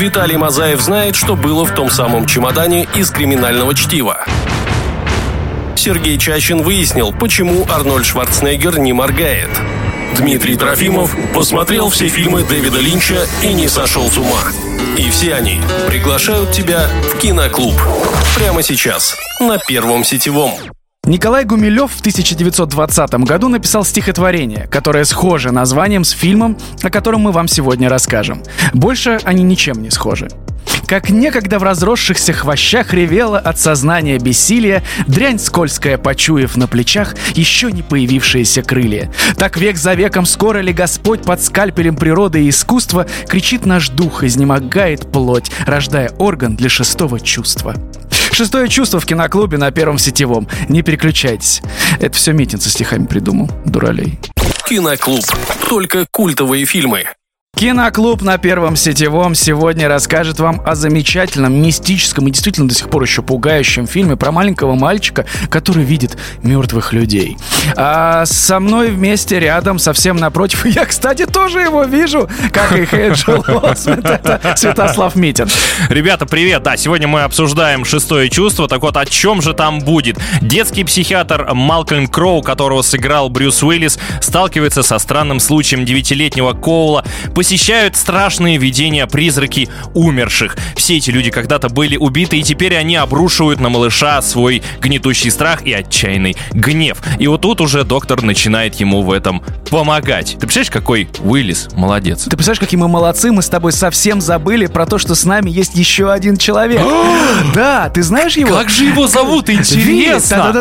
Виталий Мазаев знает, что было в том самом чемодане из «Криминального чтива». Сергей Чащин выяснил, почему Арнольд Шварценеггер не моргает. Дмитрий Трофимов посмотрел все фильмы Дэвида Линча и не сошел с ума. И все они приглашают тебя в киноклуб. Прямо сейчас, на Первом сетевом. Николай Гумилев в 1920 году написал стихотворение, которое схоже названием с фильмом, о котором мы вам сегодня расскажем. Больше они ничем не схожи. Как некогда в разросшихся хвощах ревела от сознания бессилия дрянь скользкая, почуяв на плечах еще не появившиеся крылья. Так век за веком скоро ли Господь под скальпелем природы и искусства кричит наш дух, изнемогает плоть, рождая орган для шестого чувства. Шестое чувство в киноклубе на Первом сетевом. Не переключайтесь. Это все Митин со стихами придумал, дуралей. Киноклуб. Только культовые фильмы. Киноклуб на Первом сетевом сегодня расскажет вам о замечательном, мистическом и действительно до сих пор еще пугающем фильме про маленького мальчика, который видит мертвых людей. А со мной вместе рядом, совсем напротив, я, кстати, тоже его вижу, как и Хейджел Осмонд, это Святослав Митин. Ребята, привет! Да, сегодня мы обсуждаем «Шестое чувство». Так вот, о чем же там будет? Детский психиатр Малкольм Кроу, которого сыграл Брюс Уиллис, сталкивается со странным случаем 9-летнего Коула. Посещают страшные видения призраки умерших. Все эти люди когда-то были убиты, и теперь они обрушивают на малыша свой гнетущий страх и отчаянный гнев. И вот тут уже доктор начинает ему в этом помогать. Ты представляешь, какой Уиллис молодец? Ты представляешь, какие мы молодцы, мы с тобой совсем забыли про то, что с нами есть еще один человек. Да, ты знаешь его? Как же его зовут, интересно?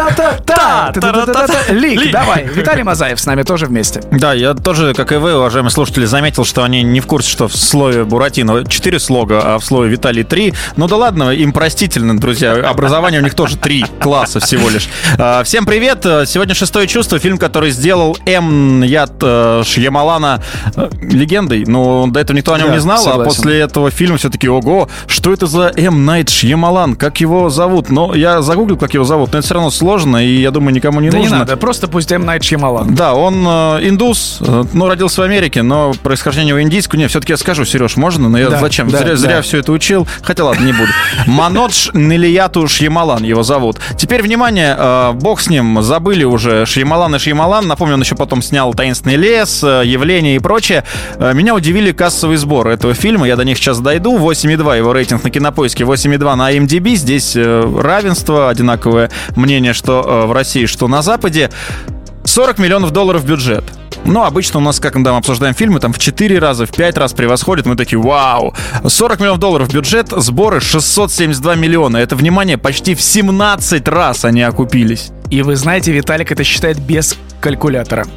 Лик, давай. Виталий Мазаев с нами тоже вместе. Да, я тоже, как и вы, уважаемые слушатели, заметил, что они не в курсе, что в слове Буратино 4 слога, а в слове Виталий 3. Ну да ладно, им простительно, друзья. Образование у них тоже 3 класса всего лишь. Всем привет. Сегодня «Шестое чувство», фильм, который сделал М. Найт Шьямалана легендой. Но до этого никто о нем не знал, согласен. А после этого фильма все-таки, ого, что это за М. Найт Шьямалан? Как его зовут? Но я загуглил, как его зовут, но это все равно сложно, и я думаю, никому не нужно. Да не надо, просто пусть М. Найт Шьямалан. Да, он индус, но родился в Америке, но происхождение его индийское. Не, все-таки я скажу, Сереж, можно? Но я зачем? Зря все это учил. Хотя ладно, не буду. Манодж Нилияту Шьямалан его зовут. Теперь, внимание, бог с ним, забыли уже Шьямалан и Шьямалан. Напомню, он еще потом снял «Таинственный лес», «Явление» и прочее. Меня удивили кассовые сборы этого фильма. Я до них сейчас дойду. 8,2 его рейтинг на Кинопоиске, 8,2 на IMDb. Здесь равенство, одинаковое мнение, что в России, что на Западе. $40 миллионов бюджет. Ну, обычно у нас, как мы там обсуждаем фильмы, там в 4 раза, в 5 раз превосходит. Мы такие, вау! $40 миллионов бюджет, сборы 672 миллиона. Это, внимание, почти в 17 раз они окупились. И вы знаете, Виталик это считает без калькулятора.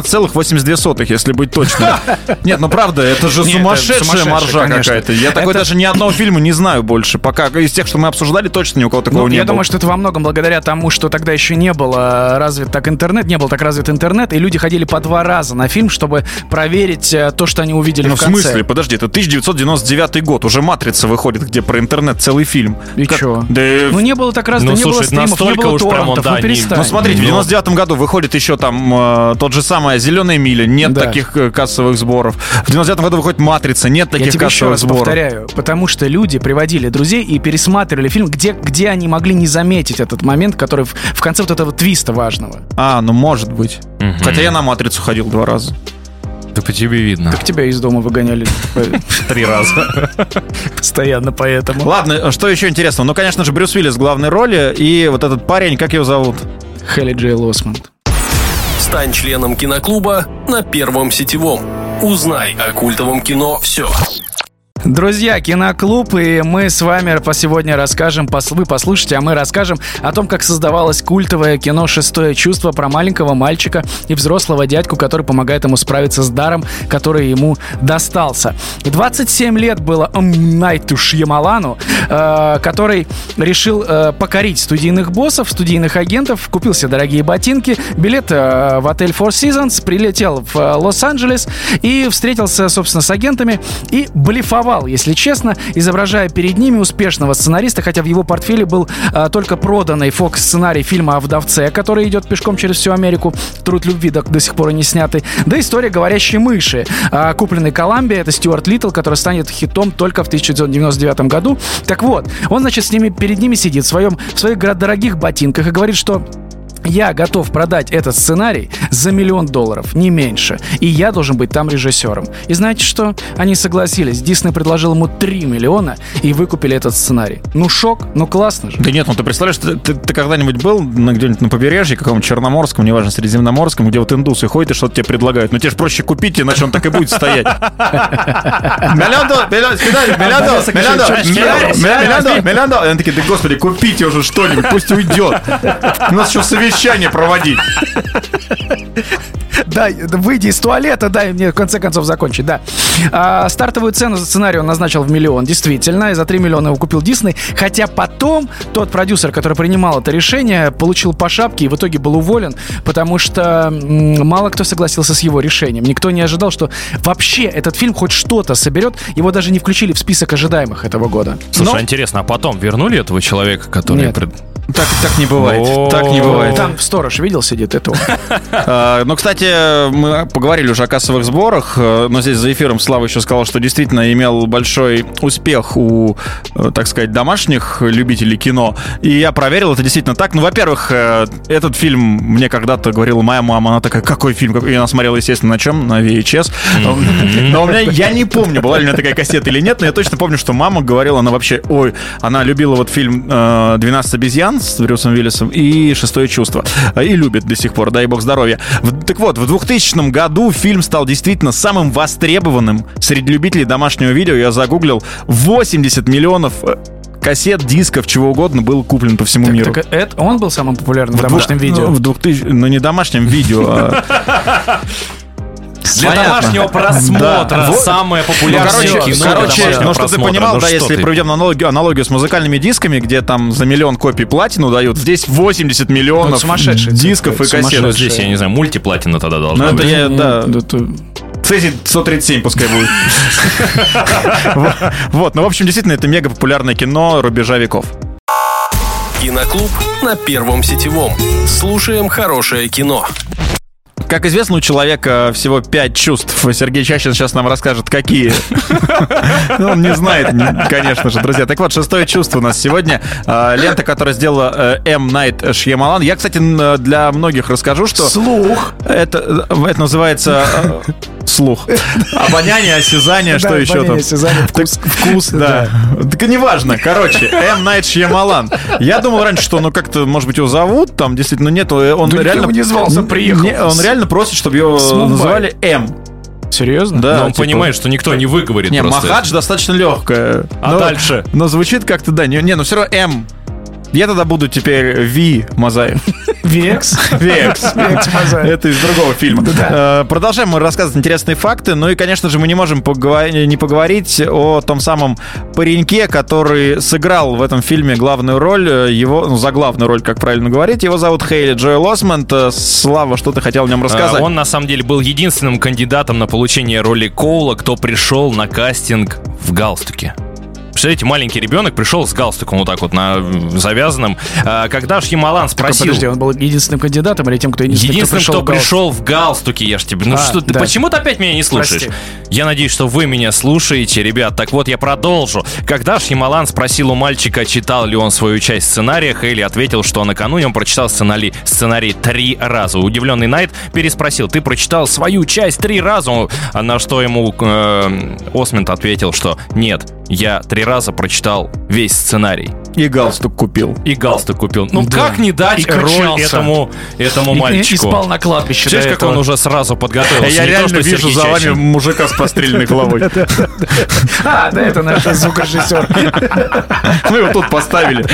16,82, если быть точным. Нет, ну правда, это же сумасшедшая маржа какая-то. Я такой даже ни одного фильма не знаю больше. Пока из тех, что мы обсуждали, точно ни у кого такого не было. Я думаю, что это во многом благодаря тому, что тогда еще не было развит так интернет, не был так развит интернет, и люди ходили по 2 раза на фильм, чтобы проверить то, что они увидели в конце. Ну в смысле? Подожди, это 1999 год, уже «Матрица» выходит, где про интернет целый фильм. И чё? Ну не было так развито, не было стримов, не было торрентов, ну перестань. Ну смотрите, в 99 году выходит еще там тот же самый «Зеленая миля», нет таких кассовых сборов. В 99 году выходит «Матрица», нет таких кассовых сборов. Я тебе еще раз повторяю, потому что люди приводили друзей и пересматривали фильм, где они могли не заметить этот момент, который в конце вот этого твиста важного. Ну может быть. Хотя я на «Матрицу» ходил 2 раза. Да по тебе видно. Так тебя из дома выгоняли 3 раза. Постоянно поэтому. Ладно, что еще интересного? Ну, конечно же, Брюс Уиллис в главной роли. И вот этот парень, как его зовут? Хейджел Осмонд. Стань членом киноклуба на Первом сетевом. Узнай о культовом кино все. Друзья, Киноклуб, и мы с вами сегодня расскажем, вы послушайте, а мы расскажем о том, как создавалось культовое кино «Шестое чувство» про маленького мальчика и взрослого дядьку, который помогает ему справиться с даром, который ему достался. 27 лет было Найту Шьямалану, который решил покорить студийных боссов, студийных агентов, купил себе дорогие ботинки, билет в отель Four Seasons, прилетел в Лос-Анджелес и встретился, собственно, с агентами и блефовал рисковал, если честно, изображая перед ними успешного сценариста, хотя в его портфеле был только проданный Fox сценарий фильма о вдовце, который идет пешком через всю Америку. «Труд любви» до сих пор и не снятый. Да история «Говорящей мыши», купленной Колумбия. Это Стюарт Литтл, который станет хитом только в 1999 году. Так вот, он, значит, перед ними сидит в своих дорогих ботинках и говорит, что я готов продать этот сценарий за $1 миллион, не меньше. И я должен быть там режиссером. И знаете что? Они согласились. Дисней предложил ему $3 миллиона и выкупили этот сценарий. Ну, шок, ну классно же. Да нет, ну ты представляешь, ты когда-нибудь был где-нибудь на побережье, каком-нибудь Черноморском, неважно, Средиземноморском, где вот индусы ходят и что-то тебе предлагают. Но тебе же проще купить, иначе он так и будет стоять. $1 миллион. Они такие, да господи, купите уже что-нибудь, пусть уйдет. У нас еще совещание проводить. Дай, выйди из туалета, дай мне в конце концов закончить, да. Стартовую цену за сценарий он назначил в $1 миллион, действительно, и за $3 миллиона его купил Дисней. Хотя потом тот продюсер, который принимал это решение, получил по шапке и в итоге был уволен, потому что мало кто согласился с его решением. Никто не ожидал, что вообще этот фильм хоть что-то соберет. Его даже не включили в список ожидаемых этого года. Слушай, интересно, а потом вернули этого человека, который... Нет. Так не бывает. Так не бывает. Там сторож, видел, сидит этого. Ну, кстати, мы поговорили уже о кассовых сборах, но здесь за эфиром Слава еще сказал, что действительно имел большой успех у, так сказать, домашних любителей кино. И я проверил, это действительно так. Ну, во-первых, этот фильм мне когда-то говорила моя мама, она такая, какой фильм? И она смотрела, естественно, на чем? На VHS. Но у меня, я не помню, была ли у меня такая кассета или нет, но я точно помню, что мама говорила, она вообще, она любила вот фильм «12 обезьян» с Брюсом Уиллисом и «Шестое чувство». И любит до сих пор, дай бог здоровья. Так вот, в 2000 году фильм стал действительно самым востребованным среди любителей домашнего видео. Я загуглил, 80 миллионов кассет, дисков, чего угодно было куплено по всему миру. Так это он был самым популярным в домашнем видео? В 2000, ну не домашнем видео, а... Для домашнего просмотра самое популярное кино. Короче, ну чтобы ты понимал, да, если проведем аналогию с музыкальными дисками, где там за 1 миллион копий платину дают, здесь 80 миллионов дисков и кассет. Здесь, я не знаю, мультиплатина тогда должна быть. Цезий 137 пускай будет. Вот, ну в общем, действительно, это мега популярное кино рубежа веков. Киноклуб на Первом сетевом. Слушаем хорошее кино. Как известно, у человека всего 5 чувств. Сергей Чащин сейчас нам расскажет, какие. Он не знает, конечно же, друзья. Так вот, «Шестое чувство» у нас сегодня. Лента, которую сделала М. Найт Шьямалан. Я, кстати, для многих расскажу, что... Слух. Это называется... Слух. Обоняние, осязание, что еще там? Осязание, вкус, да. Так и неважно. Короче, М. Найт Шьямалан. Я думал раньше, что, как-то, может быть, его зовут, там действительно нет. Он реально... не звался, приехал. Он реально просит, чтобы его называли М. Серьезно? Да. Но он понимает, что никто не выговорит. Не, Махадж достаточно легкая. А дальше? Но звучит как-то, да. Но все равно М. Я тогда буду теперь Ви Мазаев. Векс Мазаев. Это из другого фильма. Продолжаем мы рассказывать интересные факты. Ну и, конечно же, мы не можем не поговорить о том самом пареньке, который сыграл в этом фильме главную роль. Его, за главную роль, как правильно говорить. Его зовут Хейли Джоэл Осмонд. Слава, что ты хотел о нем рассказать? Он, на самом деле, был единственным кандидатом на получение роли Коула, кто пришел на кастинг в галстуке. Представляете, маленький ребенок пришел с галстуком вот так вот завязанным. Когда Шьямалан спросил... Подожди, он был единственным кандидатом или тем, кто единственным, кто пришел в галстуке, я ж тебе... Ну что, ты почему ты опять меня не слушаешь? Прости. Я надеюсь, что вы меня слушаете, ребят. Так вот, я продолжу. Когда Шьямалан спросил у мальчика, читал ли он свою часть сценария, Хейли ответил, что накануне он прочитал сценарий 3 раза. Удивленный Найт переспросил: ты прочитал свою часть 3 раза? На что ему Осмонд ответил, что нет, я 3 раза прочитал весь сценарий. И галстук купил. Ну да. Как не дать роль этому мальчику? И спал на кладбище. Знаешь, как он уже сразу подготовился? Я реально вижу за вами мужика с подстрельной головой. Да, это наш звукорежиссер. Мы его тут поставили.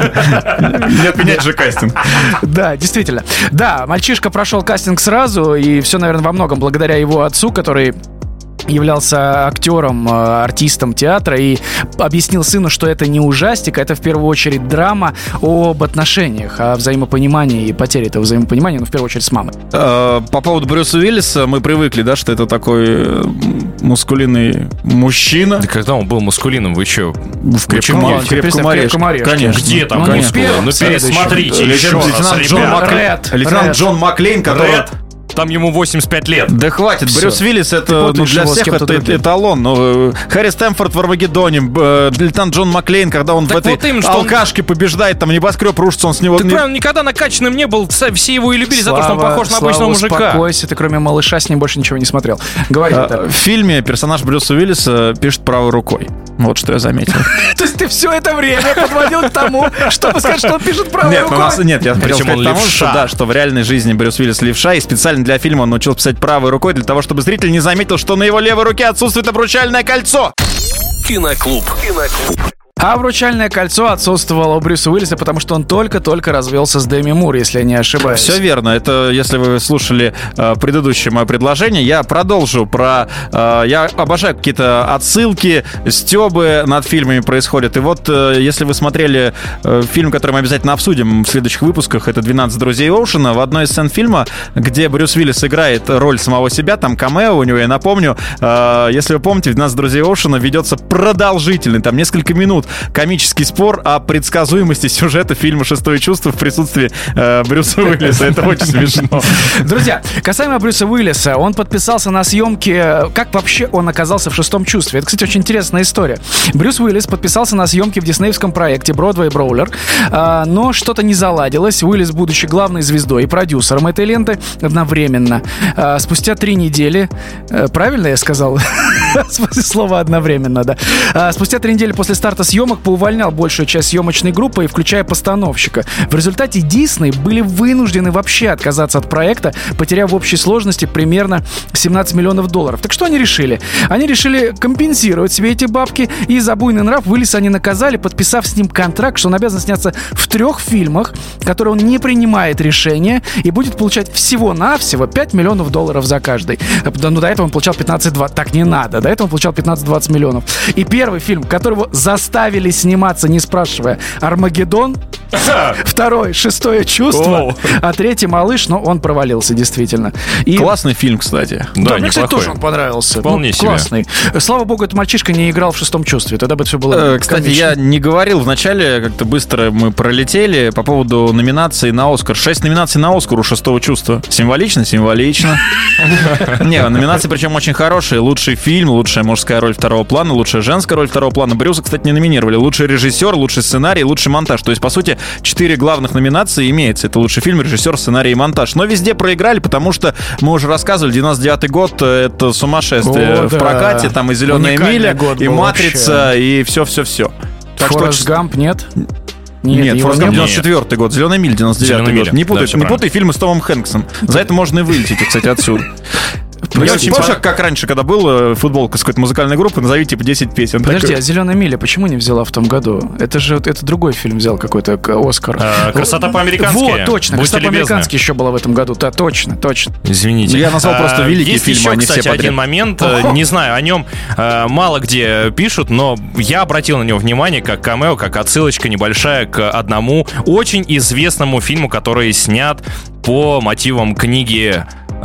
Не отменять же кастинг. Да, действительно. Да, мальчишка прошел кастинг сразу, и все, наверное, во многом благодаря его отцу, который являлся актером, артистом театра и объяснил сыну, что это не ужастик, а это в первую очередь драма об отношениях, о взаимопонимании и потере этого взаимопонимания, в первую очередь с мамой. По поводу Брюса Уиллиса мы привыкли, да, что это такой мускулинный мужчина. Да когда он был мускулином, вы что? В «Крепком орешке». Конечно. Где там мускулы? Ну пересмотрите еще раз, Лейтенант Джон Маклейн, который... Там ему 85 лет. Да хватит, все. Брюс Уиллис это для всех это эталон. Харри Стэмфорд в «Армагеддоне», лейтенант Джон Маклейн, когда он так в этой алкашке побеждает, там небоскреб рушится, он с него... Так правильно, никогда накачанным не был, все его и любили за то, что он похож на обычного мужика. Успокойся, ты кроме «Малыша» с ним больше ничего не смотрел. Говори. В фильме персонаж Брюса Уиллиса пишет правой рукой. Вот что я заметил. То есть ты все это время подводил к тому, чтобы сказать, что он пишет правой рукой? Нет, я хотел сказать тому, что в реальной жизни Брюс Уиллис левша, и специально для фильма он научился писать правой рукой, для того, чтобы зритель не заметил, что на его левой руке отсутствует обручальное кольцо. Киноклуб. А обручальное кольцо отсутствовало у Брюса Уиллиса, потому что он только-только развелся с Деми Мур, если я не ошибаюсь. Все верно. Это, если вы слушали предыдущее мое предложение, я продолжу про... я обожаю какие-то отсылки, стебы над фильмами происходят. И вот, если вы смотрели фильм, который мы обязательно обсудим в следующих выпусках, это «12 друзей Оушена», в одной из сцен фильма, где Брюс Уиллис играет роль самого себя, там камео у него, я напомню, если вы помните, в «12 друзей Оушена» ведется продолжительный, там несколько минут, комический спор о предсказуемости сюжета фильма «Шестое чувство» в присутствии Брюса Уиллиса. Это очень смешно. Друзья, касаемо Брюса Уиллиса, он подписался на съемки... Как вообще он оказался в «Шестом чувстве»? Это, кстати, очень интересная история. Брюс Уиллис подписался на съемки в диснеевском проекте «Бродвей Броулер», но что-то не заладилось. Уиллис, будучи главной звездой и продюсером этой ленты, одновременно. Спустя 3 недели... Правильно я сказал? Слово «одновременно», да. Спустя 3 недели после старта съемок поувольнял большую часть съемочной группы, включая постановщика. В результате Дисней были вынуждены вообще отказаться от проекта, потеряв в общей сложности примерно $17 миллионов. Так что они решили? Они решили компенсировать себе эти бабки, и за буйный нрав Уиллиса они наказали, подписав с ним контракт, что он обязан сняться в 3 фильмах, которые он не принимает решения, и будет получать всего-навсего $5 миллионов за каждый. Ну, до этого он получал 15-20. Так не надо. До этого он получал 15-20 миллионов. И первый фильм, которого заставили сниматься, не спрашивая, «Армагеддон», второй «Шестое чувство», а третий «Малыш», но он провалился, действительно. И... Классный фильм, кстати. Да, мне, кстати, тоже он понравился. Вполне себе. Классный. Слава богу, этот мальчишка не играл в «Шестом чувстве», тогда бы это все было Кстати, комично. я не говорил вначале, как-то быстро мы пролетели по поводу номинаций на «Оскар». 6 номинаций на «Оскар» у «Шестого чувства». Символично? Символично. Не, номинации причем очень хорошие. Лучший фильм, лучшая мужская роль второго плана, лучшая женская роль второго плана. Брюса, кстати, не номинировали. Лучший режиссер, лучший сценарий, лучший монтаж. То есть, по сути, 4 главных номинации имеется. Это лучший фильм, режиссер, сценарий и монтаж. Но везде проиграли, потому что мы уже рассказывали, 99-й год — это сумасшествие в прокате. Там и «Зеленая миля», и «Матрица», и все-все-все. Форрест Гамп нет? Нет, Форрест Гамп 94-й год, «Зеленая миля» 99-й год. Не путай фильмы с Томом Хэнксом. За это можно и вылететь, кстати, отсюда. Мне очень похоже, как раньше, когда был футболка с какой-то музыкальной группы, назови типа 10 песен. Подожди, а «Зеленая миля» почему не взяла в том году? Это же это другой фильм взял какой-то «Оскар». «Красота по-американски». Вот, точно, «Красота по-американски» еще была в этом году. Да, точно. Извините. Я назвал просто великие фильмы, еще, а не кстати, все подряд. один момент, не знаю, о нем мало где пишут, но я обратил на него внимание, как камео, как отсылочка небольшая к одному очень известному фильму, который снят по мотивам книги...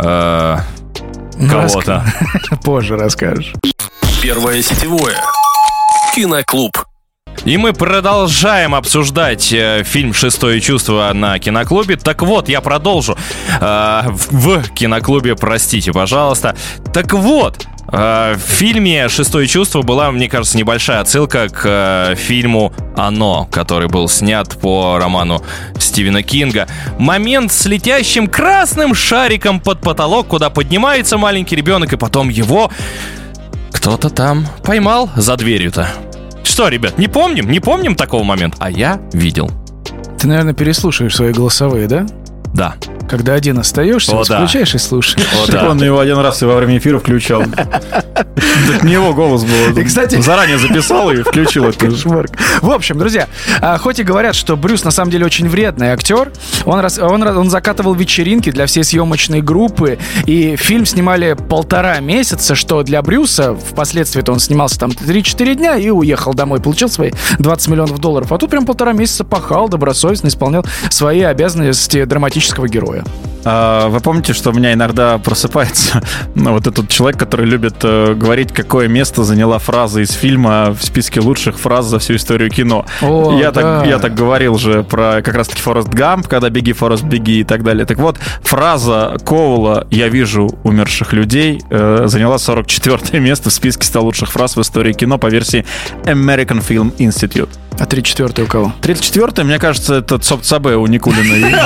кого-то. Позже расскажешь. Первое сетевое. Киноклуб. И мы продолжаем обсуждать фильм «Шестое чувство» на Киноклубе. Так вот, я продолжу. В Киноклубе, простите, пожалуйста. Так вот, в фильме «Шестое чувство» была, мне кажется, небольшая отсылка к фильму «Оно», который был снят по роману Стивена Кинга. Момент с летящим красным шариком под потолок, куда поднимается маленький ребенок, и потом его кто-то там поймал за дверью-то. Что, ребят, не помним такого момента? А я видел. Ты, наверное, переслушаешь свои голосовые, да? Да. Когда один остаешься, включаешь и слушаешь. Он его один раз и во время эфира включал. Так не его голос был. И, кстати, заранее записал и включил это. В общем, друзья, хоть и говорят, что Брюс на самом деле очень вредный актер, он закатывал вечеринки для всей съемочной группы, и фильм снимали 1,5 месяца, что для Брюса, впоследствии-то он снимался там 3-4 дня и уехал домой, получил свои $20 миллионов. А тут прям 1,5 месяца пахал, добросовестно исполнял свои обязанности драматического героя. Вы помните, что у меня иногда просыпается вот этот человек, который любит говорить, какое место заняла фраза из фильма в списке лучших фраз за всю историю кино. Я так говорил же про как раз-таки Форест Гамп, когда «Беги, Форест, беги» и так далее. Так вот, фраза Коула «Я вижу умерших людей» заняла 44 место в списке 100 лучших фраз в истории кино по версии American Film Institute. А 34-й у кого? 34-й, мне кажется, это Цоп-Цабе у Никулина.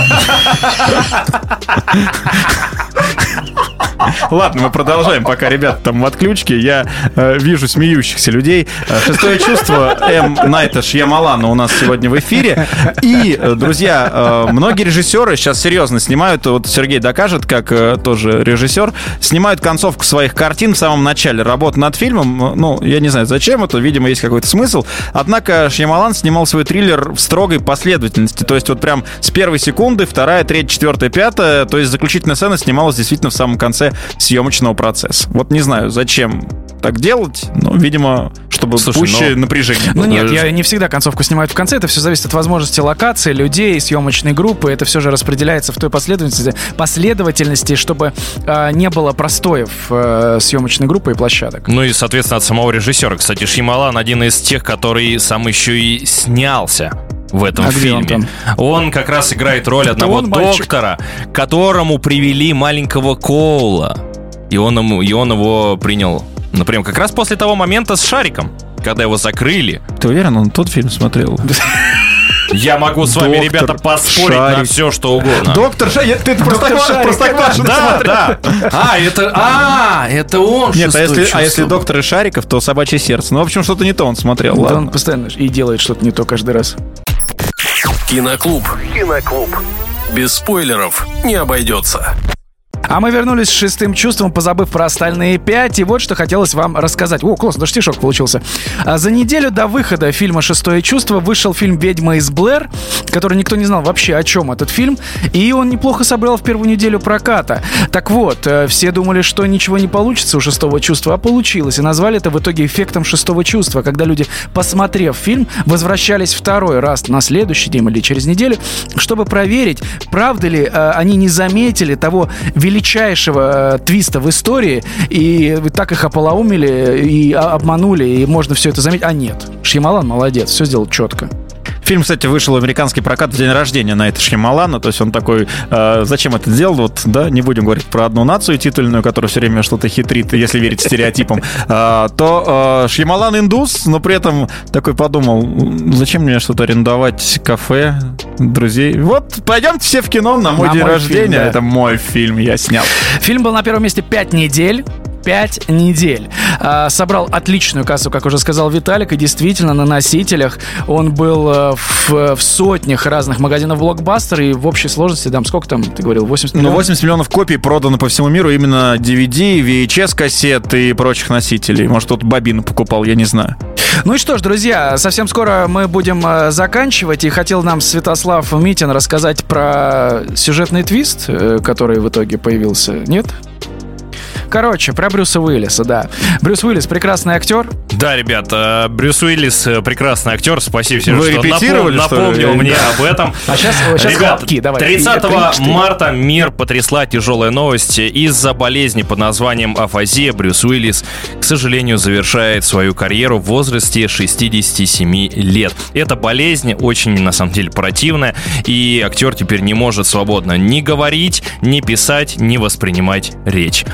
Ладно, мы продолжаем, пока ребята там в отключке. Я вижу смеющихся людей. «Шестое чувство» М. Найта Шьямалана у нас сегодня в эфире. И, друзья, многие режиссеры сейчас серьезно снимают, вот Сергей докажет, как тоже режиссер, снимают концовку своих картин в самом начале работы над фильмом. Ну, я не знаю, зачем это, видимо, есть какой-то смысл. Однако Шьямалан снимал свой триллер в строгой последовательности. То есть вот прям с первой секунды, 2-я, 3-я, 4-я, 5-я, то есть заключительная сцена снималась действительно в самом конце съемочного процесса. Вот не знаю, зачем так делать, но, видимо, чтобы пуще напряжение. Ну нет, я не всегда концовку снимаю в конце, это все зависит от возможности локации, людей, съемочной группы, это все же распределяется в той последовательности, чтобы не было простоев съемочной группы и площадок. Ну и, соответственно, от самого режиссера. Кстати, Шьямалан один из тех, который сам еще и снялся в этом фильме. Он как раз играет роль одного доктора, которому привели маленького Коула. И он его принял, например, как раз после того момента с шариком, когда его закрыли. Ты уверен, он тот фильм смотрел? Я могу с вами, ребята, поспорить на все, что угодно. Доктор Шарик, ты Простоквашино смотрел? Да. Это он. Нет, а если доктор из шариков, то «Собачье сердце». Ну, в общем, что-то не то он смотрел. Он постоянно и делает что-то не то каждый раз. Киноклуб. Без спойлеров не обойдется. А мы вернулись с «Шестым чувством», позабыв про остальные 5. И вот что хотелось вам рассказать. О, классно, даже стишок получился. За неделю до выхода фильма «Шестое чувство» вышел фильм «Ведьма из Блэр», который никто не знал вообще, о чем этот фильм. И он неплохо собрал в первую неделю проката. Так вот, все думали, что ничего не получится у «Шестого чувства», а получилось. И назвали это в итоге эффектом «Шестого чувства», когда люди, посмотрев фильм, возвращались второй раз на следующий день или через неделю, чтобы проверить, правда ли они не заметили того величайшего твиста в истории, и так их ополоумили и обманули, и можно все это заметить. А нет, Шьямалан молодец, все сделал четко. Фильм, кстати, вышел в американский прокат в день рождения Найта Шьямалана. То есть он такой, зачем это сделал? Вот, да, не будем говорить про одну нацию титульную, которая все время что-то хитрит, если верить стереотипам. То Шьямалан индус, но при этом такой подумал, зачем мне что-то арендовать, кафе, друзей? Вот, пойдемте все в кино на мой день рождения. Фильм, да. Это мой фильм, я снял. Фильм был на первом месте 5 недель. 5 недель. Собрал отличную кассу, как уже сказал Виталик, и действительно на носителях он был в сотнях разных магазинов Blockbuster, и в общей сложности, там, сколько там, ты говорил, 80 миллионов? Ну, 80 миллионов копий продано по всему миру, именно DVD, VHS-кассет и прочих носителей. Может, тут бобину покупал, я не знаю. Ну и что ж, друзья, совсем скоро мы будем заканчивать, и хотел нам Святослав Митин рассказать про сюжетный твист, который в итоге появился, нет? Короче, про Брюса Уиллиса, да. Брюс Уиллис — прекрасный актер. Да, ребят, Брюс Уиллис — прекрасный актер. Спасибо всем, что напомнил мне об этом. А сейчас ребят, 30 марта мир потрясла тяжелая новость. Из-за болезни под названием афазия Брюс Уиллис, к сожалению, завершает свою карьеру в возрасте 67 лет. Эта болезнь очень, на самом деле, противная, и актер теперь не может свободно ни говорить, ни писать, ни воспринимать речь. Вот так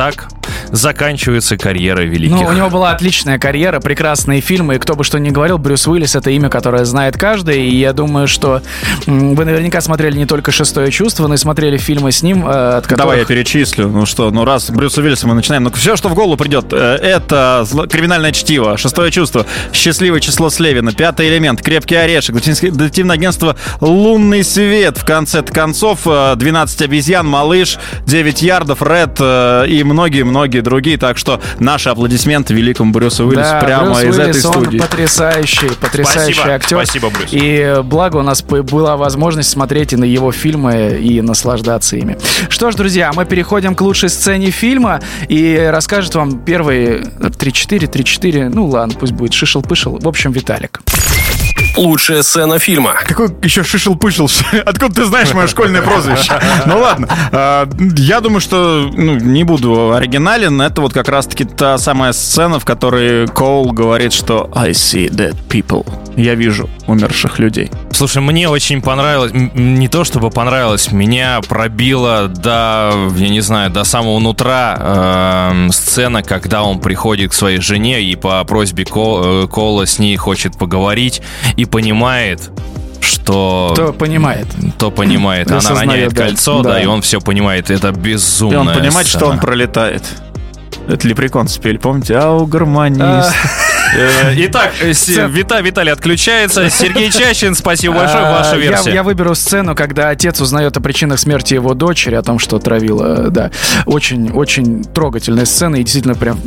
так заканчивается карьера великих. Ну, у него была отличная карьера, прекрасные фильмы, и кто бы что ни говорил, Брюс Уиллис — это имя, которое знает каждый, и я думаю, что вы наверняка смотрели не только «Шестое чувство», но и смотрели фильмы с ним, от которых... Давай я перечислю. Раз Брюса Уиллиса мы начинаем, все, что в голову придет, это «Криминальное чтиво», «Шестое чувство», «Счастливое число Слевина», «Пятый элемент», «Крепкий орешек», детективное агентство «Лунный свет», в конце концов, «12 обезьян», «Малыш», «9 ярдов», «Ред» и многие другие. Так что наши аплодисменты великому Брюсу Уиллису прямо Брюс из Уиллис, этой студии. Он потрясающий актер. Спасибо, Брюс. И благо у нас была возможность смотреть и на его фильмы, и наслаждаться ими. Что ж, друзья, мы переходим к лучшей сцене фильма, и расскажет вам первые 3-4, ну ладно, пусть будет шишел-пышел. В общем, Виталик. Лучшая сцена фильма. Какой еще шишел-пышел? Откуда ты знаешь мое школьное прозвище? Ну ладно. Я думаю, что не буду оригинален. Это вот как раз-таки та самая сцена, в которой Коул говорит, что I see dead people. Я вижу умерших людей. Слушай, мне очень понравилось, не то чтобы понравилось, меня пробило до самого нутра сцена, когда он приходит к своей жене и по просьбе Коула с ней хочет поговорить и понимает, что... То понимает. Она роняет кольцо, да, и он все понимает. Это безумная И он понимает, сцена. что он пролетает. Это Лепрекон спели, помните? Аугармонист. Итак, Виталий отключается. Сергей Чащин, спасибо большое, ваша версия. Я выберу сцену, когда отец узнает о причинах смерти его дочери, о том, что отравила. Да, очень трогательная сцена, и действительно прям,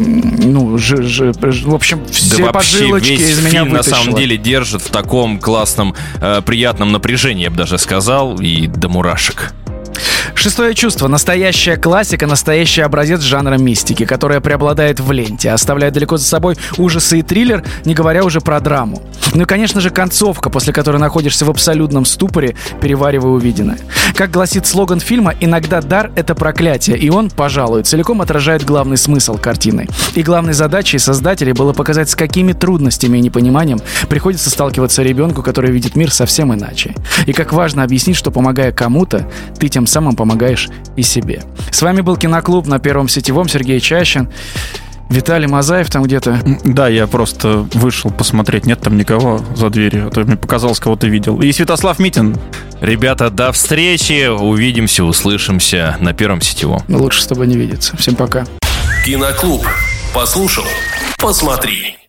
в общем, все поджилочки из меня фильм вытащило. На самом деле держит в таком классном, приятном напряжении, я бы даже сказал, и до мурашек. «Шестое чувство» — настоящая классика, настоящий образец жанра мистики, которая преобладает в ленте, оставляя далеко за собой ужасы и триллер, не говоря уже про драму. Ну и, конечно же, концовка, после которой находишься в абсолютном ступоре, переваривая увиденное. Как гласит слоган фильма, иногда дар — это проклятие, и он, пожалуй, целиком отражает главный смысл картины. И главной задачей создателей было показать, с какими трудностями и непониманием приходится сталкиваться ребенку, который видит мир совсем иначе. И как важно объяснить, что, помогая кому-то, ты тем самым помогаешь и себе. С вами был Киноклуб на Первом сетевом. Сергей Чащин. Виталий Мазаев там где-то. Да, я просто вышел посмотреть, нет там никого за дверью, а то мне показалось, кого-то видел. И Святослав Митин. Ребята, до встречи, увидимся, услышимся на Первом сетевом. Лучше с тобой не видеться. Всем пока. Киноклуб. Послушал, посмотри.